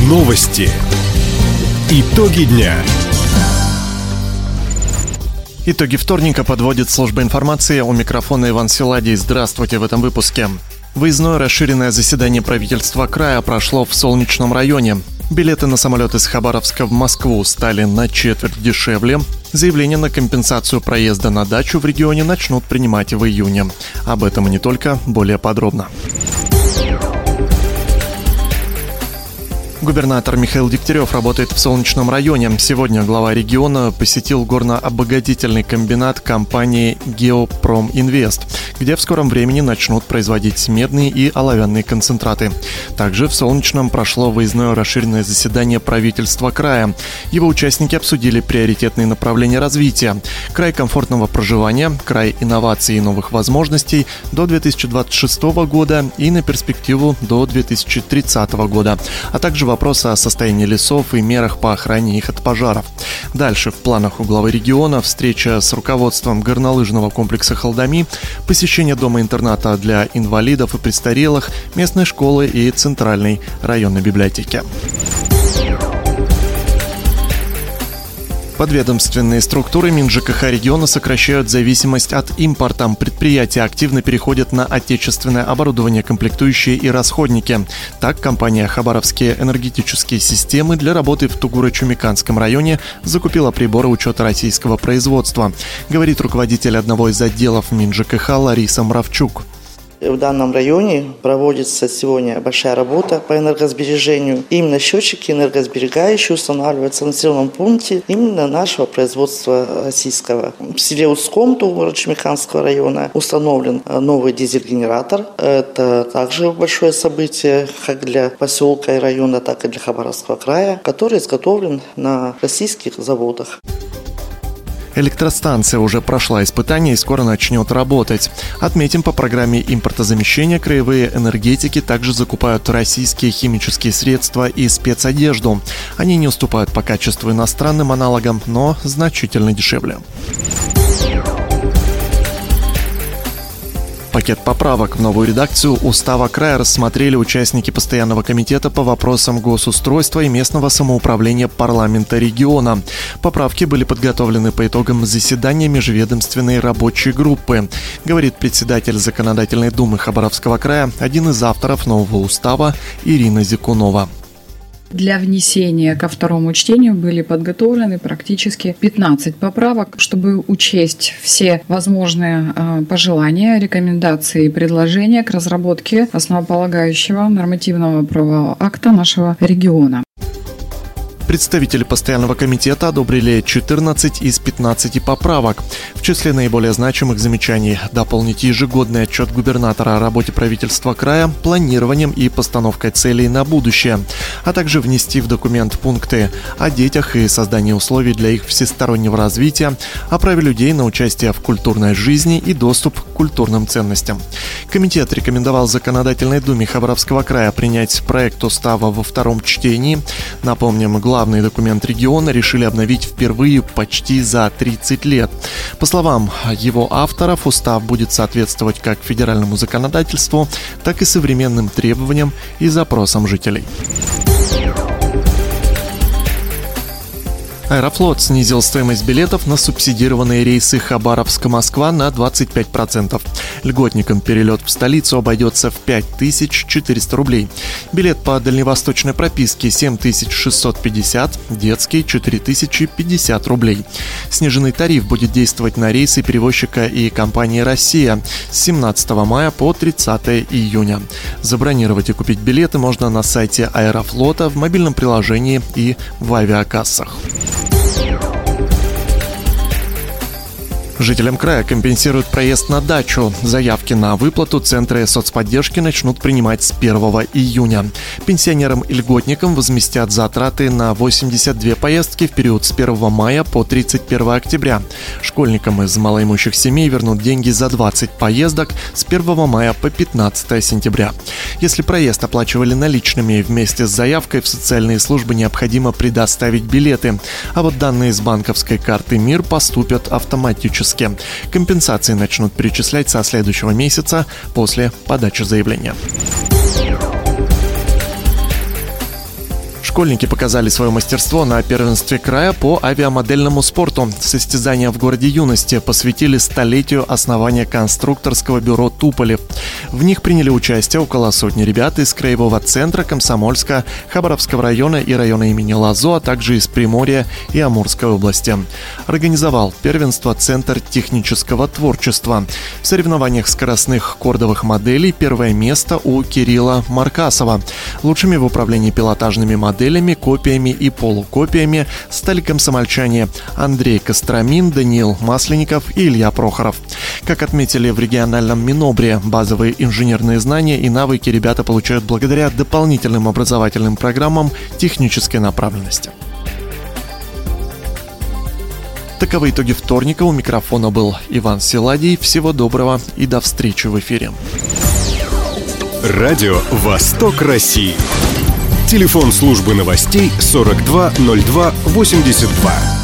Новости. Итоги дня. Итоги вторника подводит служба информации. У микрофона Иван Силадий. Здравствуйте в этом выпуске. Выездное расширенное заседание правительства края прошло в Солнечном районе. Билеты на самолет из Хабаровска в Москву стали на четверть дешевле. Заявление на компенсацию проезда на дачу в регионе начнут принимать в июне. Об этом и не только, более подробно. Губернатор Михаил Дегтярев работает в Солнечном районе. Сегодня глава региона посетил горно-обогатительный комбинат компании «Геопроминвест», где в скором времени начнут производить медные и оловянные концентраты. Также в Солнечном прошло выездное расширенное заседание правительства края. Его участники обсудили приоритетные направления развития: край комфортного проживания, край инноваций и новых возможностей до 2026 года и на перспективу до 2030 года, а также вопросы о состоянии лесов и мерах по охране их от пожаров. Дальше в планах у главы региона встреча с руководством горнолыжного комплекса «Халдами», посещение дома-интерната для инвалидов и престарелых, местной школы и центральной районной библиотеки. Подведомственные структуры МинЖКХ региона сокращают зависимость от импорта. Предприятия активно переходят на отечественное оборудование, комплектующие и расходники. Так, компания «Хабаровские энергетические системы» для работы в Тугуро-Чумиканском районе закупила приборы учета российского производства, говорит руководитель одного из отделов МинЖКХ Лариса Мравчук. В данном районе проводится сегодня большая работа по энергосбережению. Именно счетчики энергосберегающие устанавливаются в населенном пункте именно нашего производства российского. В селе Уском Тугуро-Чумиканского района установлен новый дизель-генератор. Это также большое событие как для поселка и района, так и для Хабаровского края, который изготовлен на российских заводах. Электростанция уже прошла испытания и скоро начнет работать. Отметим, по программе импортозамещения краевые энергетики также закупают российские химические средства и спецодежду. Они не уступают по качеству иностранным аналогам, но значительно дешевле. Пакет поправок в новую редакцию Устава края рассмотрели участники постоянного комитета по вопросам госустройства и местного самоуправления парламента региона. Поправки были подготовлены по итогам заседания межведомственной рабочей группы, говорит председатель Законодательной думы Хабаровского края, один из авторов нового устава Ирина Зикунова. Для внесения ко второму чтению были подготовлены практически 15 поправок, чтобы учесть все возможные пожелания, рекомендации и предложения к разработке основополагающего нормативного правового акта нашего региона. Представители постоянного комитета одобрили 14 из 15 поправок. В числе наиболее значимых замечаний: дополнить ежегодный отчет губернатора о работе правительства края планированием и постановкой целей на будущее, а также внести в документ пункты о детях и создании условий для их всестороннего развития, о праве людей на участие в культурной жизни и доступ к культурным ценностям. Комитет рекомендовал Законодательной думе Хабаровского края принять проект устава во втором чтении. Напомним, главный документ региона решили обновить впервые почти за 30 лет. По словам его авторов, устав будет соответствовать как федеральному законодательству, так и современным требованиям и запросам жителей. Аэрофлот снизил стоимость билетов на субсидированные рейсы Хабаровск-Москва на 25%. Льготникам перелет в столицу обойдется в 5400 рублей. Билет по дальневосточной прописке 7650, детский 4050 рублей. Сниженный тариф будет действовать на рейсы перевозчика и компании «Россия» с 17 мая по 30 июня. Забронировать и купить билеты можно на сайте Аэрофлота, в мобильном приложении и в авиакассах. Жителям края компенсируют проезд на дачу. Заявки на выплату центры соцподдержки начнут принимать с 1 июня. Пенсионерам и льготникам возместят затраты на 82 поездки в период с 1 мая по 31 октября. Школьникам из малоимущих семей вернут деньги за 20 поездок с 1 мая по 15 сентября. Если проезд оплачивали наличными, вместе с заявкой в социальные службы необходимо предоставить билеты. А вот данные с банковской карты «Мир» поступят автоматически. Компенсации начнут перечислять со следующего месяца после подачи заявления. Школьники показали свое мастерство на первенстве края по авиамодельному спорту. Состязания в городе юности посвятили столетию основания конструкторского бюро «Туполев». В них приняли участие около сотни ребят из Краевого центра, Комсомольска, Хабаровского района и района имени Лазо, а также из Приморья и Амурской области. Организовал первенство Центр технического творчества. В соревнованиях скоростных кордовых моделей первое место у Кирилла Маркасова. Лучшими в управлении пилотажными моделями, копиями и полукопиями стали комсомольчане Андрей Костромин, Даниил Масленников и Илья Прохоров. Как отметили в региональном Минобре, базовые инженерные знания и навыки ребята получают благодаря дополнительным образовательным программам технической направленности. Таковы итоги вторника. У микрофона был Иван Силадий. Всего доброго и до встречи в эфире. Радио «Восток России». Телефон службы новостей 420282.